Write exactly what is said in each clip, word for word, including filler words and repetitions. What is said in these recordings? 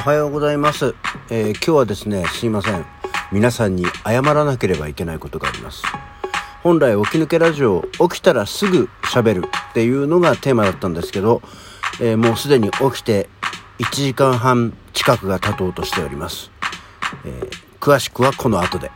はようございます、えー、今日はですねすいません皆さんに謝らなければいけないことがあります。本来起き抜けラジオ起きたらすぐ喋るっていうのがテーマだったんですけど、えー、もうすでに起きていちじかんはん近くが経とうとしております、えー、詳しくはこの後で。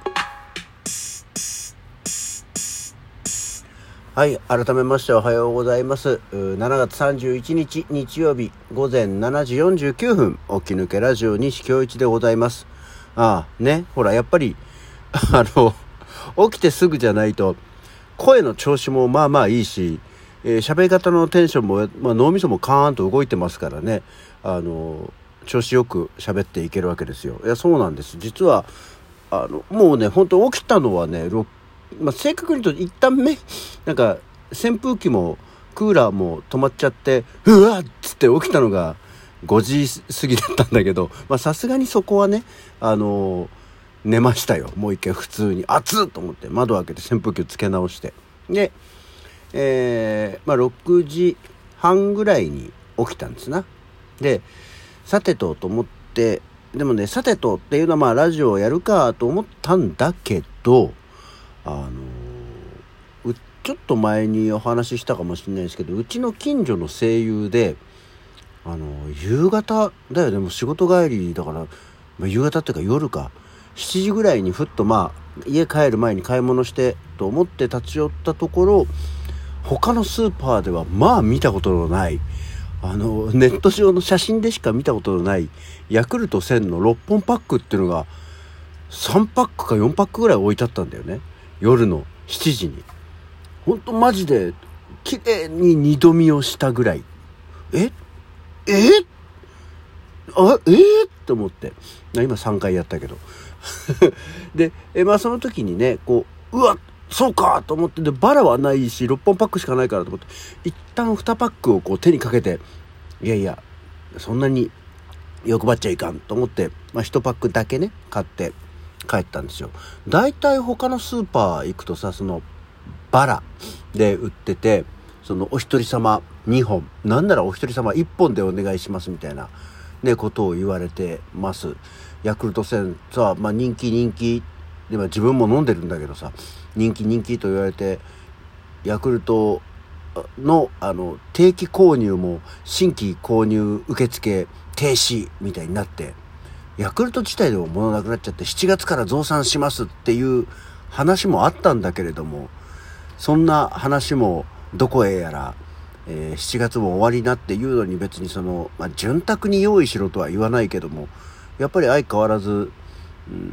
はい、改めましておはようございます。しちがつさんじゅういちにち日曜日午前しちじよんじゅうきゅうふん、起き抜けラジオ西京一でございます。ああね、ほらやっぱりあの起きてすぐじゃないと声の調子もまあまあいいし、えー、喋り方のテンションも、まあ、脳みそもカーンと動いてますからね、あの調子よく喋っていけるわけですよ。いやそうなんです。実はあのもうね本当起きたのはねまあ、正確に言うと一旦目なんか扇風機もクーラーも止まっちゃってうわっつって起きたのがごじ過ぎだったんだけど、さすがにそこはねあのー、寝ましたよ。もう一回普通に暑っと思って窓開けて扇風機をつけ直してで、えーまあ、ろくじはんぐらいに起きたんですな。でさてとと思ってでもねさてとっていうのはまあラジオをやるかと思ったんだけどあのー、ちょっと前にお話ししたかもしれないですけど、うちの近所の声優であのー、夕方だよね。もう仕事帰りだから、まあ、夕方っていうか夜かしちじぐらいにふっとまあ家帰る前に買い物してと思って立ち寄ったところ、他のスーパーではまあ見たことのないあのネット上の写真でしか見たことのないヤクルトせんのろっぽんパックっていうのがさんパックかよんパックぐらい置いてあったんだよね。夜のしちじにほんとマジで綺麗に二度見をしたぐらいええあえー、って思って今さんかいやったけどでえまあその時にねこううわそうかと思って、でバラはないしろっぽんパックしかないからと思って一旦にパックをこう手にかけて、いやいやそんなに欲張っちゃいかんと思って、まあ、いちパックだけね買って帰ったんですよ。だいたい他のスーパー行くとさ、そのバラで売ってて、そのお一人様にほん、なんならお一人様いっぽんでお願いしますみたいなねことを言われてます。ヤクルトせんさ、まあ、人気人気で、まあ、自分も飲んでるんだけどさ、人気人気と言われてヤクルトのあの定期購入も新規購入受付停止みたいになって、ヤクルト自体でも物なくなっちゃってしちがつから増産しますっていう話もあったんだけれども、そんな話もどこへやら、えー、しちがつも終わりなっていうのに別にその、まあ、潤沢に用意しろとは言わないけども、やっぱり相変わらず、うん、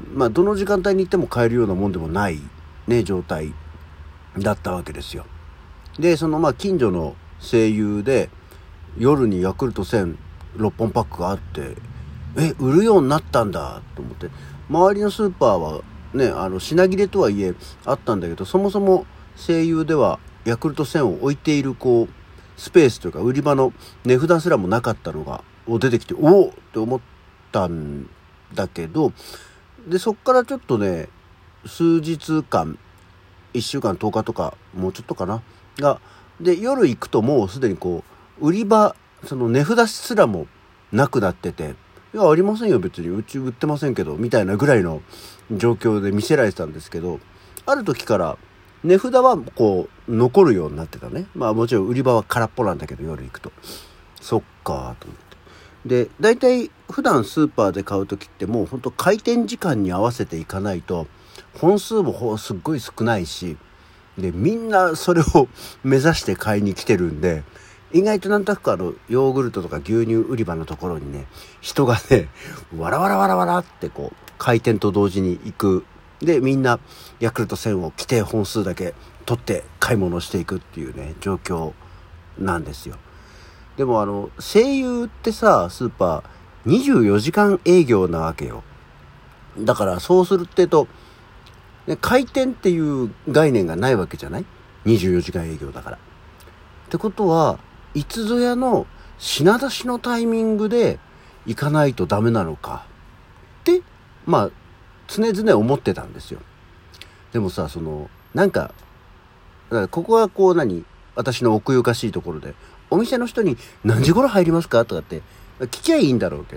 まあどの時間帯に行っても買えるようなもんでもないね状態だったわけですよ。でそのまあ近所の声優で夜にヤクルトせんろっぽんパックがあって、え売るようになったんだと思って、周りのスーパーはねあの品切れとはいえあったんだけど、そもそも声優ではヤクルトせんを置いているこうスペースというか売り場の値札すらもなかったのが出てきて、おおって思ったんだけど、でそっからちょっとね数日間いっしゅうかんとおかとかもうちょっとかながで夜行くともうすでにこう売り場その値札すらもなくなってて、いやありませんよ別にうち売ってませんけどみたいなぐらいの状況で見せられてたんですけど、ある時から値札はこう残るようになってたね。まあもちろん売り場は空っぽなんだけど夜行くとそっかと思って、でだいたい普段スーパーで買う時ってもうほんと開店時間に合わせていかないと本数もすっごい少ないし、でみんなそれを目指して買いに来てるんで、意外となんとなくあのヨーグルトとか牛乳売り場のところにね人がねわらわらわらわらってこう開店と同時に行く。でみんなヤクルトせんを規定本数だけ取って買い物していくっていうね状況なんですよ。でもあの声優ってさスーパーにじゅうよじかん営業なわけよ。だからそうするってと、ね、開店っていう概念がないわけじゃない、にじゅうよじかん営業だから。ってことはいつぞやの品出しのタイミングで行かないとダメなのかってまあ常々思ってたんですよ。でもさそのなんかここはこう何私の奥ゆかしいところでお店の人に何時頃入りますかとかって聞きゃいいんだろうけど、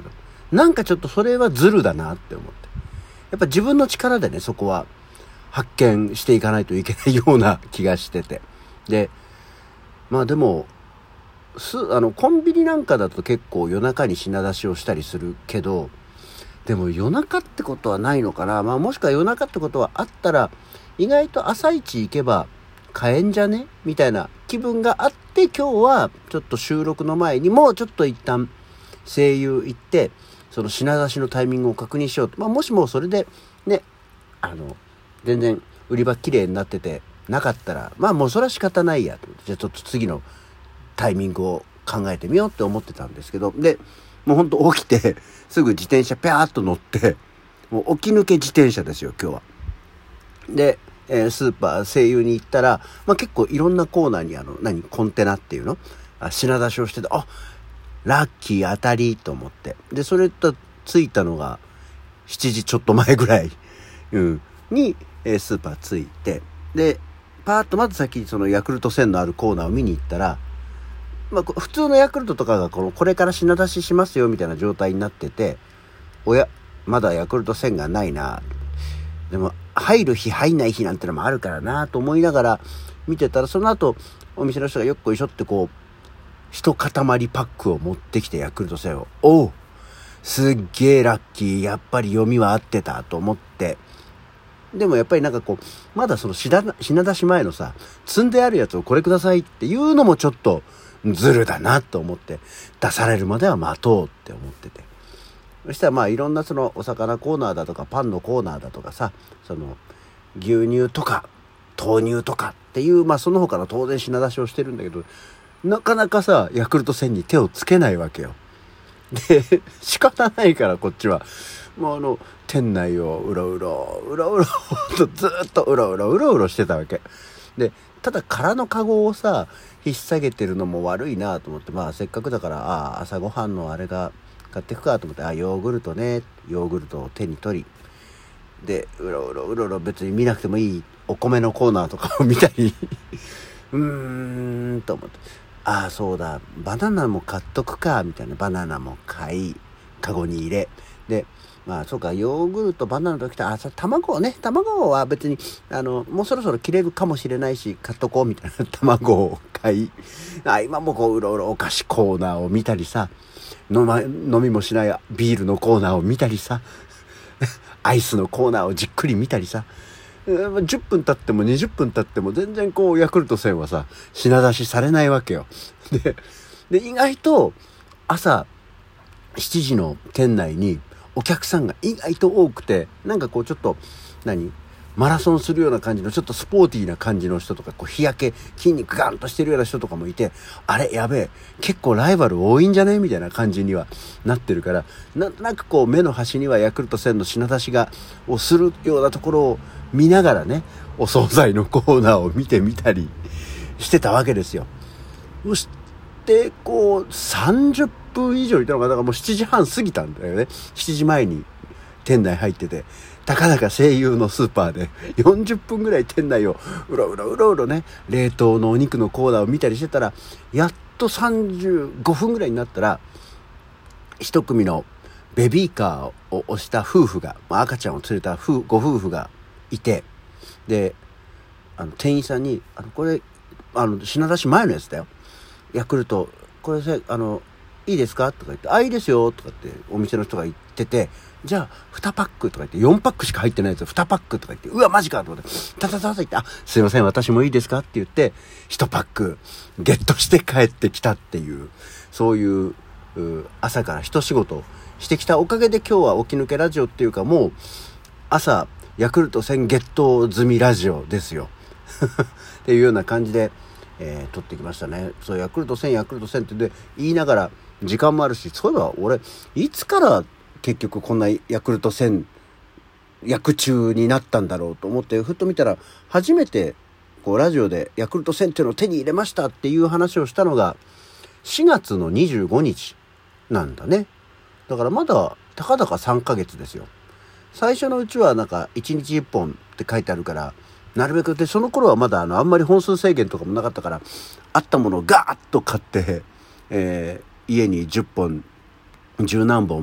なんかちょっとそれはズルだなって思って。やっぱ自分の力でね、そこは発見していかないといけないような気がしてて。で、まあでも、す、あの、コンビニなんかだと結構夜中に品出しをしたりするけど、でも夜中ってことはないのかな。まあもしくは夜中ってことはあったら、意外と朝一行けば買えんじゃねみたいな気分があって、今日はちょっと収録の前にもうちょっと一旦声優行って、その品出しのタイミングを確認しようと。まあもしもそれでね、あの、全然売り場綺麗になっててなかったら、まあもうそれは仕方ないやと。じゃあちょっと次のタイミングを考えてみようって思ってたんですけど、で、もうほんと起きて、すぐ自転車ピャーっと乗って、もう起き抜け自転車ですよ、今日は。で、えー、スーパー、西友に行ったら、まあ結構いろんなコーナーにあの、何、コンテナっていうのあ品出しをしてて、あ、ラッキー当たりと思って。で、それと着いたのが、しちじちょっと前ぐらい、うん、に、えー、スーパー着いて、で、パーッとまず先にそのヤクルトせんのあるコーナーを見に行ったら、まあ、普通のヤクルトとかがこのこれから品出ししますよみたいな状態になってて、おやまだヤクルトせんがないな、でも入る日入んない日なんてのもあるからなと思いながら見てたら、その後お店の人がよっこいしょってこう一塊パックを持ってきて、ヤクルトせんを、おうすっげーラッキー、やっぱり読みは合ってたと思って、でもやっぱりなんかこうまだその品出し前のさ、積んであるやつをこれくださいっていうのもちょっとズルだなと思って、出されるまでは待とうって思ってて、そしたらまあいろんなそのお魚コーナーだとかパンのコーナーだとかさ、その牛乳とか豆乳とかっていう、まあその他の当然品出しをしてるんだけど、なかなかさヤクルトせんに手をつけないわけよ。で仕方ないからこっちはもうあの店内をうろうろうろうろとずっとうろうろうろうろしてたわけで、ただ空のカゴをさ引っ提げてるのも悪いなと思って、まあせっかくだから、ああ朝ごはんのあれが買ってくかと思って、あヨーグルトね、ヨーグルトを手に取り、でうろうろうろうろ別に見なくてもいいお米のコーナーとかを見たりうーんと思って、ああそうだバナナも買っとくかみたいな、バナナも買いカゴに入れ、でまあそうかヨーグルトバナナときたら、あ卵をね卵は別にあのもうそろそろ切れるかもしれないし買っとこうみたいな卵を買い、あ今もこううろうろお菓子コーナーを見たりさ、飲, ま、飲みもしないビールのコーナーを見たりさアイスのコーナーをじっくり見たりさ、じゅっぷん経ってもにじゅっぷん経っても全然こうヤクルトせんはさ品出しされないわけよ。で、で意外と朝しちじの店内にお客さんが意外と多くて、なんかこうちょっと何マラソンするような感じのちょっとスポーティーな感じの人とか、こう日焼け筋肉ガンとしてるような人とかもいて、あれやべえ結構ライバル多いんじゃねみたいな感じにはなってるから、なんとなくこう目の端にはヤクルトせんの品出しがをするようなところを見ながらね、お惣菜のコーナーを見てみたりしてたわけですよ。そしてこうさんじゅっぷん以上いたのか、だからもうしちじはん過ぎたんだよね。しちじまえに店内入ってて、たかだか西友のスーパーでよんじゅっぷんぐらい店内をうろうろうろうろね、冷凍のお肉のコーナーを見たりしてたら、やっとさんじゅうごふんぐらいになったら一組のベビーカーを押した夫婦が、赤ちゃんを連れた夫ご夫婦がいて、であの店員さんにあのこれあの品出し前のやつだよ、ヤクルトこれせあのいいですかとか言って、あいいですよとかってお店の人が言ってて、じゃあにパックとか言って、よんパックしか入ってないやつにパックとか言って、うわマジかと思って、タタタタ言って、あすいません私もいいですかって言っていちパックゲットして帰ってきたっていう、そういう朝から一仕事してきたおかげで今日は起き抜けラジオっていうか、もう朝ヤクルトせんゲット済みラジオですよっていうような感じで、えー、撮ってきましたね。そうヤクルトせんヤクルトせんってで言いながら時間もあるし、そういえば俺いつから結局こんなヤクルトせん薬中になったんだろうと思ってふっと見たら、初めてこうラジオでヤクルトせんっていうのを手に入れましたっていう話をしたのがしがつのにじゅうごにちなんだね。だからまだたかだかさんかげつですよ。最初のうちはなんかいちにちいっぽんって書いてあるから、なるべくでその頃はまだあのあんまり本数制限とかもなかったから、あったものをガーッと買って、えー、家にじゅっぽん十何本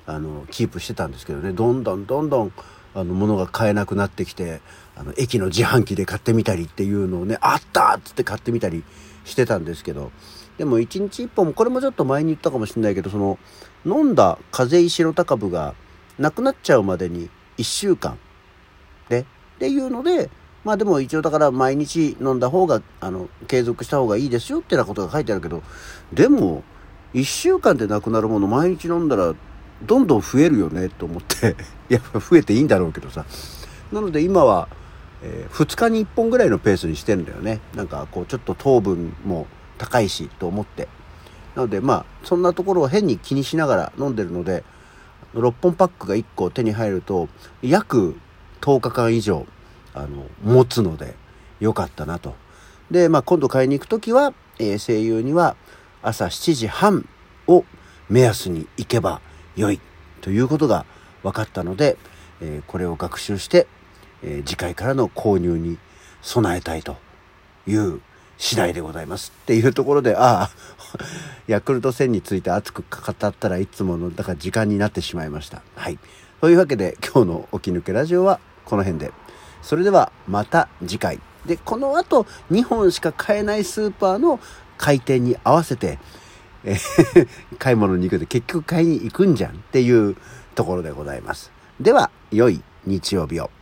あのキープしてたんですけどね、どんどんどんどんあの物が買えなくなってきて、あの駅の自販機で買ってみたりっていうのをね、あったっつって買ってみたりしてたんですけど、でもいちにちいっぽんも、これもちょっと前に言ったかもしれないけど、その飲んだ風邪白高部がなくなっちゃうまでにいっしゅうかんでっていうので、まあでも一応だから毎日飲んだ方があの継続した方がいいですよってなことが書いてあるけど、でもいっしゅうかんでなくなるもの毎日飲んだらどんどん増えるよねと思っていや増えていいんだろうけどさ、なので今は、えー、ふつかにいっぽんぐらいのペースにしてるんだよね。なんかこうちょっと糖分も高いしと思って、なのでまあそんなところを変に気にしながら飲んでるので、ろっぽんパックがいっこ手に入ると約とおかかん以上あの持つのでよかったなと。で、まあ、今度買いに行くときは、えー、声優には朝しちじはんを目安に行けば良いということが分かったので、えー、これを学習して、えー、次回からの購入に備えたいという次第でございますっていうところで、ああヤクルトせんについて熱く語ったらいつものだから時間になってしまいました。はい、というわけで今日の起き抜けラジオはこの辺で。それではまた次回で、この後にほんしか買えないスーパーの開店に合わせて、えー、買い物に行くで結局買いに行くんじゃんっていうところでございます。では良い日曜日を。